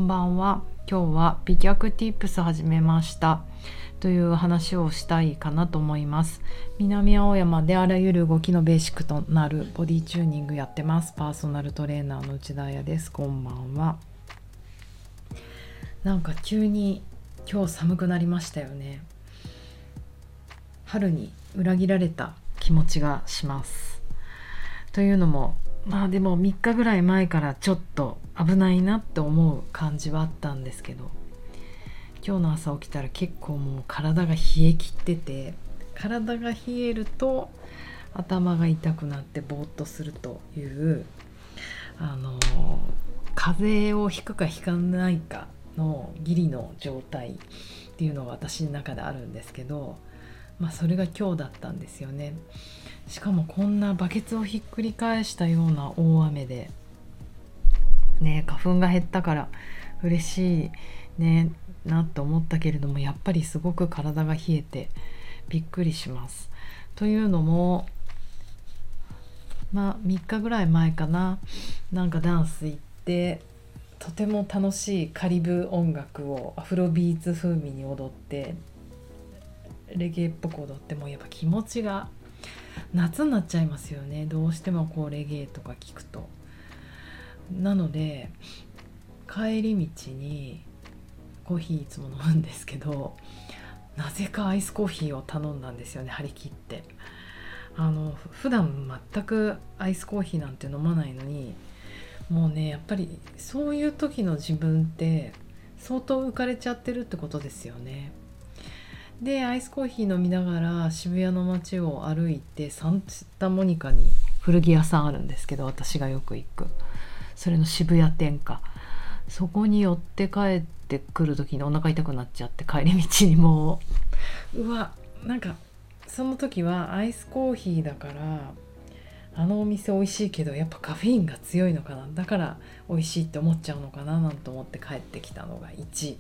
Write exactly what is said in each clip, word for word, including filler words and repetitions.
ばんは。今日は美脚 Tips 始めましたという話をしたいかなと思います。南青山であらゆる動きのベーシックとなるボディチューニングやってます。パーソナルトレーナーの内田彩です。こんばんは。なんか急に今日寒くなりましたよね。春に裏切られた気持ちがします。というのもまあでもみっかぐらい前からちょっと危ないなって思う感じはあったんですけど、今日の朝起きたら結構もう体が冷え切ってて、体が冷えると頭が痛くなってぼーっとするというあの風邪をひくかひかないかのギリの状態っていうのが私の中であるんですけど、まあそれが今日だったんですよね。しかもこんなバケツをひっくり返したような大雨でね、花粉が減ったから嬉しいねなと思ったけれども、やっぱりすごく体が冷えてびっくりします。というのもまあみっかぐらい前かな、なんかダンス行ってとても楽しいカリブ音楽をアフロビーツ風味に踊ってレゲエっぽく踊って、もやっぱ気持ちが夏になっちゃいますよね。どうしてもこうレゲエとか聞くと。なので帰り道にコーヒーいつも飲むんですけど、なぜかアイスコーヒーを頼んだんですよね、張り切って。あの普段全くアイスコーヒーなんて飲まないのに、もうねやっぱりそういう時の自分って相当浮かれちゃってるってことですよね。でアイスコーヒー飲みながら渋谷の街を歩いて、サンタモニカに古着屋さんあるんですけど、私がよく行くそれの渋谷店か、そこに寄って帰ってくる時にお腹痛くなっちゃって、帰り道にもううわなんかその時はアイスコーヒーだからあのお店美味しいけどやっぱカフェインが強いのかな、だから美味しいって思っちゃうのかななんて思って帰ってきたのがいち。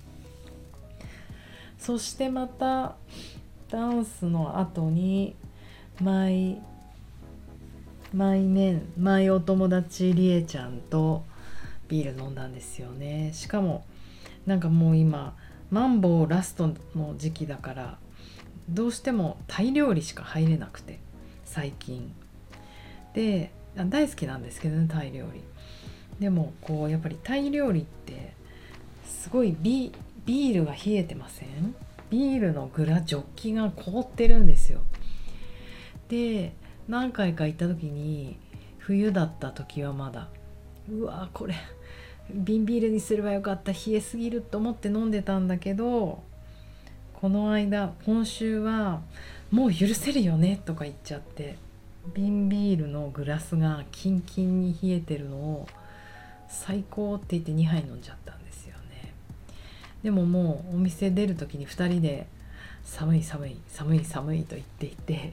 そしてまたダンスの後にマイマイメンマイお友達りえちゃんとビール飲んだんですよね。しかもなんかもう今マンボウラストの時期だからどうしてもタイ料理しか入れなくて、最近で大好きなんですけどね、タイ料理。でもこうやっぱりタイ料理ってすごいビビールが冷えてません？ビールのグラジョッキが凍ってるんですよ。で何回か行った時に、冬だった時はまだうわこれ瓶ビールにすればよかった、冷えすぎると思って飲んでたんだけど、この間今週はもう許せるよねとか言っちゃって、瓶ビールのグラスがキンキンに冷えてるのを最高って言ってにはい飲んじゃったんですよね。でももうお店出る時にふたりで寒い寒い寒い寒いと言っていて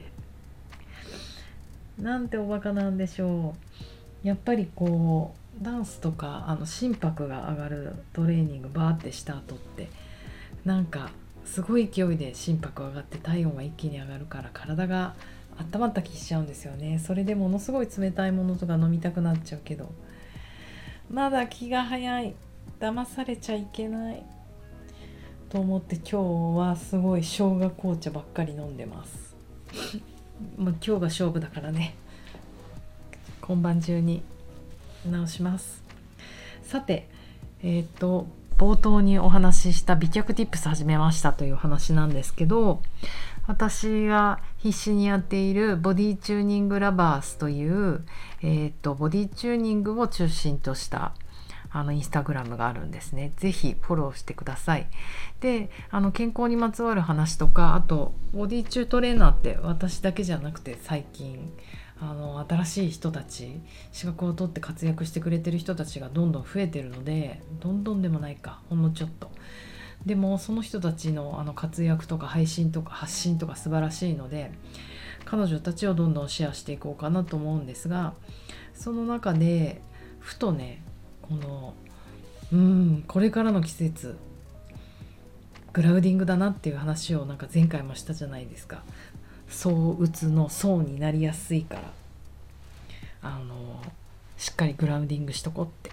なんておバカなんでしょう。やっぱりこうダンスとかあの心拍が上がるトレーニングバーってした後ってなんかすごい勢いで心拍上がって体温が一気に上がるから体が温まった気しちゃうんですよね。それでものすごい冷たいものとか飲みたくなっちゃうけど、まだ気が早い、騙されちゃいけないと思って今日はすごい生姜紅茶ばっかり飲んでますもう今日が勝負だからね、今晩中に直します。さてえっ、ー、と冒頭にお話しした美脚 Tips 始めましたという話なんですけど、私が必死にやっているボディチューニングラバースという、えー、とボディチューニングを中心としたあのインスタグラムがあるんですね。ぜひフォローしてください。であの健康にまつわる話とか、あとボディチュートレーナーって私だけじゃなくて最近あの新しい人たち、資格を取って活躍してくれてる人たちがどんどん増えてるので、どんどんでもないかほんのちょっとでもその人たちのあの活躍とか配信とか発信とか素晴らしいので、彼女たちをどんどんシェアしていこうかなと思うんですが、その中でふとね、このうーんこれからの季節グラウディングだなっていう話をなんか前回もしたじゃないですか。躁うつの躁になりやすいから、あのしっかりグラウンディングしとこうって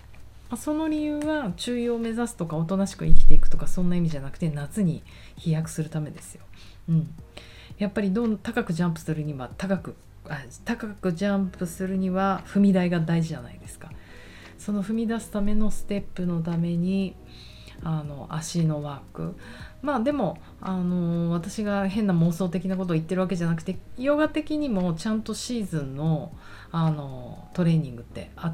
その理由は中庸を目指すとかおとなしく生きていくとかそんな意味じゃなくて、夏に飛躍するためですよ。うん、やっぱりどん高くジャンプするには高くあ高くジャンプするには踏み台が大事じゃないですか。その踏み出すためのステップのためにあの足のワーク、まあでもあの私が変な妄想的なことを言ってるわけじゃなくて、ヨガ的にもちゃんとシーズンの、あのトレーニングってあって、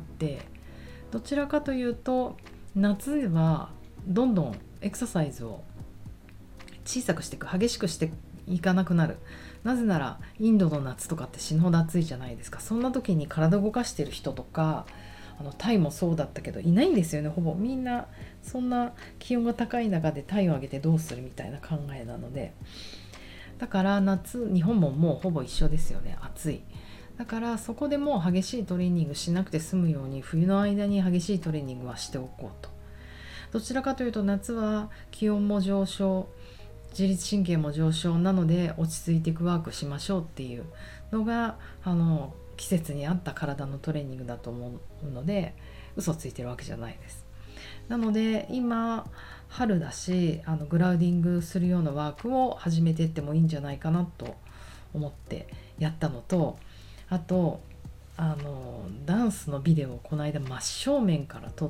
どちらかというと夏はどんどんエクササイズを小さくしていく、激しくしていかなくなる。なぜならインドの夏とかって死ぬほど暑いじゃないですか。そんな時に体を動かしてる人とか、あのタイもそうだったけどいないんですよね。ほぼみんなそんな気温が高い中で体温を上げてどうするみたいな考えなので、だから夏日本ももうほぼ一緒ですよね。暑い。だからそこでもう激しいトレーニングしなくて済むように冬の間に激しいトレーニングはしておこうと。どちらかというと夏は気温も上昇、自律神経も上昇なので落ち着いていくワークしましょうっていうのがあの季節に合った体のトレーニングだと思うので、嘘ついてるわけじゃないです。なので今春だし、あのグラウディングするようなワークを始めていってもいいんじゃないかなと思ってやったのと、あとあのダンスのビデオをこの間真正面から撮って、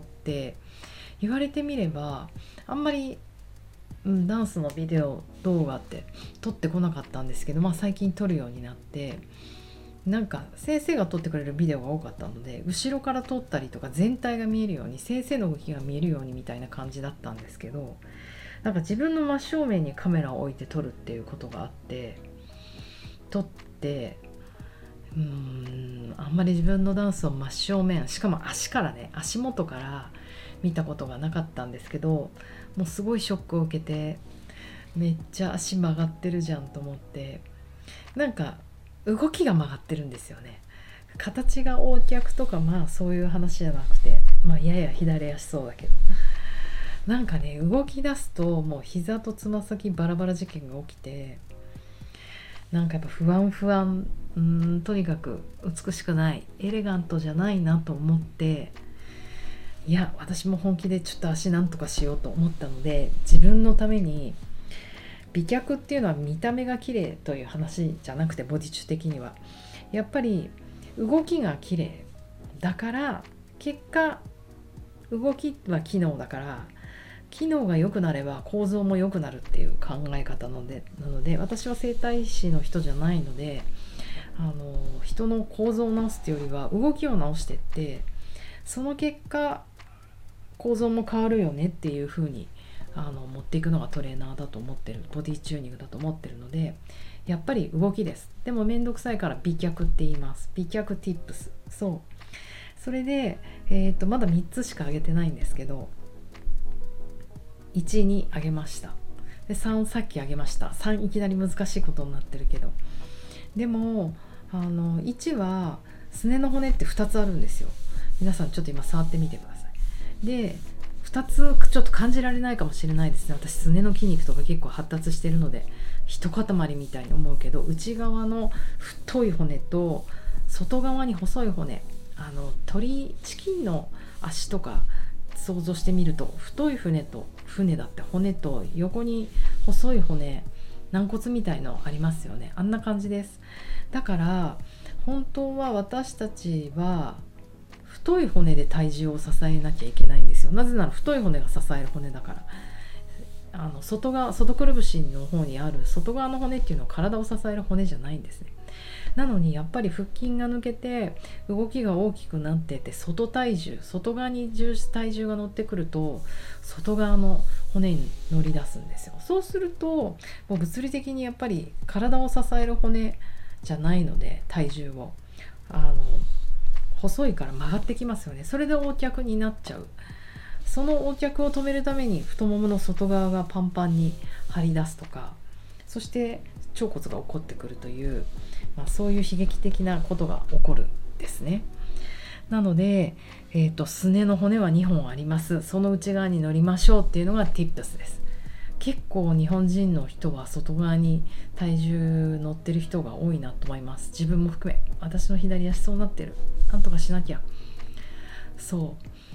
言われてみればあんまり、うん、ダンスのビデオ動画って撮ってこなかったんですけど、まあ、最近撮るようになって、なんか先生が撮ってくれるビデオが多かったので、後ろから撮ったりとか全体が見えるように、先生の動きが見えるようにみたいな感じだったんですけど、なんか自分の真正面にカメラを置いて撮るっていうことがあって、撮ってうーんあんまり自分のダンスを真正面、しかも足からね、足元から見たことがなかったんですけど、もうすごいショックを受けて、めっちゃ足曲がってるじゃんと思って、なんか動きが曲がってるんですよね。形が横脚とかまあそういう話じゃなくて、まあやや左足そうだけど、なんかね動き出すともう膝とつま先バラバラ事件が起きて、なんかやっぱ不安不安、うーんとにかく美しくない、エレガントじゃないなと思って、いや私も本気でちょっと足なんとかしようと思ったので、自分のために美脚っていうのは見た目が綺麗という話じゃなくて、ボディチュ的にはやっぱり動きが綺麗だから、結果動きは機能だから、機能が良くなれば構造も良くなるっていう考え方なので、なので私は整体師の人じゃないので、あの人の構造を直すっていうよりは動きを直してって、その結果構造も変わるよねっていう風にあの持っていくのがトレーナーだと思ってる、ボディチューニングだと思ってるので、やっぱり動きです。でもめんどくさいから美脚って言います。美脚 tips。そうそれで、えー、とまだみっつしか上げてないんですけど、いちに上げました。でさんさっき上げました。さんいきなり難しいことになってるけど、でもあのいちはすねの骨ってふたつあるんですよ。皆さんちょっと今触ってみてください。でふたつちょっと感じられないかもしれないですね。私すねの筋肉とか結構発達してるので一塊みたいに思うけど、内側の太い骨と外側に細い骨、あの鳥チキンの足とか想像してみると、太い骨と骨だって骨と横に細い骨、軟骨みたいのありますよね。あんな感じです。だから本当は私たちは太い骨で体重を支えなきゃいけないんですよ。なぜなら太い骨が支える骨だから。あの外側、外くるぶしの方にある外側の骨っていうのは体を支える骨じゃないんですね。なのにやっぱり腹筋が抜けて動きが大きくなってて、外体重、外側に体重が乗ってくると外側の骨に乗り出すんですよ。そうするともう物理的にやっぱり体を支える骨じゃないので、体重をあの細いから曲がってきますよね。それで横脚になっちゃう。その横脚を止めるために太ももの外側がパンパンに張り出すとか、そして腸骨が起こってくるという、まあ、そういう悲劇的なことが起こるんですね。なので、えーと、すねの骨はにほんあります。その内側に乗りましょうっていうのが tips です。結構日本人の人は外側に体重乗ってる人が多いなと思います。自分も含め、私の左足そうなってる、なんとかしなきゃ。そう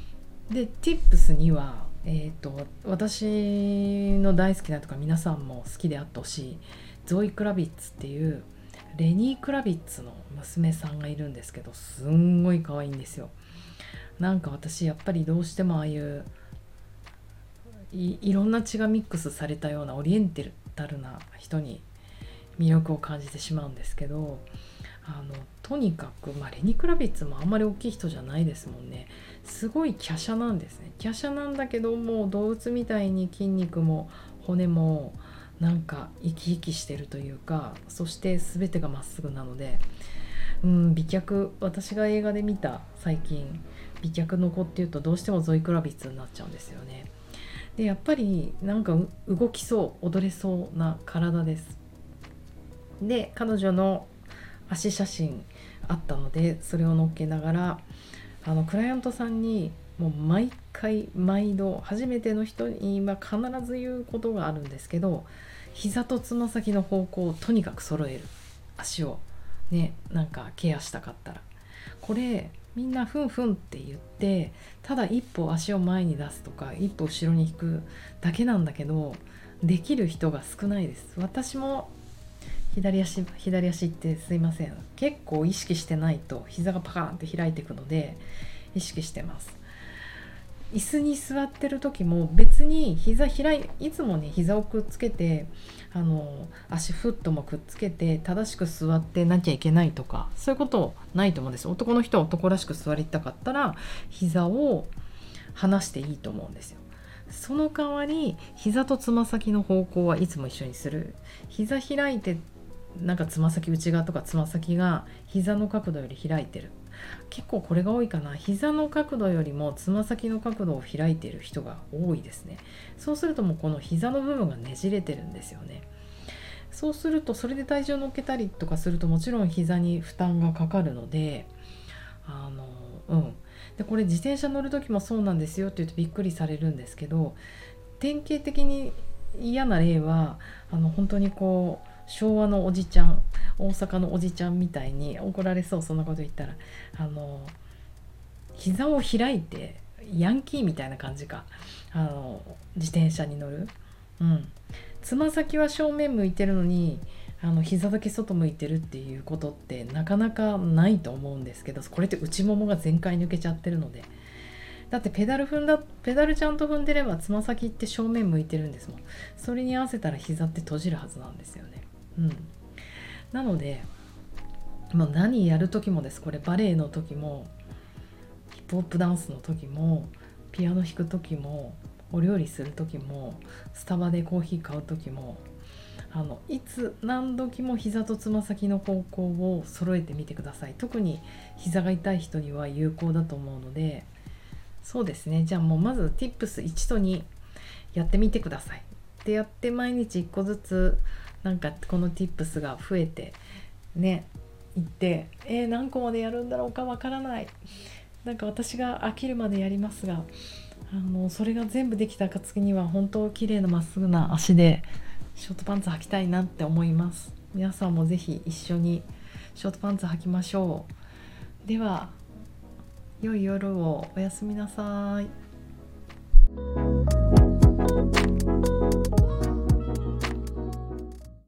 で Tips には、えー、と私の大好きなとか皆さんも好きであってほしいゾイ・クラビッツっていうレニー・クラビッツの娘さんがいるんですけど、すんごい可愛いんですよ。なんか私やっぱりどうしてもああいうい, いろんな血がミックスされたようなオリエンタルな人に魅力を感じてしまうんですけど、あのとにかく、まあ、レニー・クラビッツもあんまり大きい人じゃないですもんね。すごい華奢なんですね。華奢なんだけどもう動物みたいに筋肉も骨もなんか生き生きしてるというか、そして全てがまっすぐなので、うん、美脚、私が映画で見た最近美脚の子っていうとどうしてもゾイ・クラビッツになっちゃうんですよね。でやっぱりなんか動きそう踊れそうな体です。で彼女の足写真あったのでそれを載っけながら、あのクライアントさんにもう毎回毎度初めての人に今必ず言うことがあるんですけど、膝とつま先の方向をとにかく揃える。足をね、なんかケアしたかったらこれみんなふんふんって言ってただ一歩足を前に出すとか一歩後ろに引くだけなんだけど、できる人が少ないです。私も左足左足ってすいません、結構意識してないと膝がパカーンって開いていくので意識してます。椅子に座ってる時も別に膝開いいつもね膝をくっつけてあの足フットもくっつけて正しく座ってなきゃいけないとかそういうことないと思うんです。男の人は男らしく座りたかったら膝を離していいと思うんですよ。その代わり膝とつま先の方向はいつも一緒にする。膝開いてなんかつま先内側とかつま先が膝の角度より開いてる、結構これが多いかな。膝の角度よりもつま先の角度を開いている人が多いですね。そうするともうこの膝の部分がねじれてるんですよね。そうするとそれで体重を乗っけたりとかするともちろん膝に負担がかかるので、あのうんでこれ自転車乗る時もそうなんですよって言うとびっくりされるんですけど、典型的に嫌な例はあの本当にこう昭和のおじちゃん、大阪のおじちゃんみたいに怒られそう、そんなこと言ったらあの膝を開いてヤンキーみたいな感じか、あの自転車に乗る、うん、つま先は正面向いてるのにあの膝だけ外向いてるっていうことってなかなかないと思うんですけど、これって内ももが全開抜けちゃってるので。だってペダル踏んだペダルちゃんと踏んでればつま先って正面向いてるんですもん。それに合わせたら膝って閉じるはずなんですよね。うん、なので、まあ、何やる時もです。これバレエの時もヒップホップダンスの時もピアノ弾く時もお料理する時もスタバでコーヒー買う時もあのいつ何時も膝とつま先の方向を揃えてみてください。特に膝が痛い人には有効だと思うので、そうですね、じゃあもうまず ティップスいち とにやってみてください。でやって毎日いっこずつなんかこの ティップス が増えてねいって、えー、何個までやるんだろうかわからない。なんか私が飽きるまでやりますが、あのそれが全部できた暁には本当綺麗なまっすぐな足でショートパンツ履きたいなって思います。皆さんもぜひ一緒にショートパンツ履きましょう。では良い夜をおやすみなさい。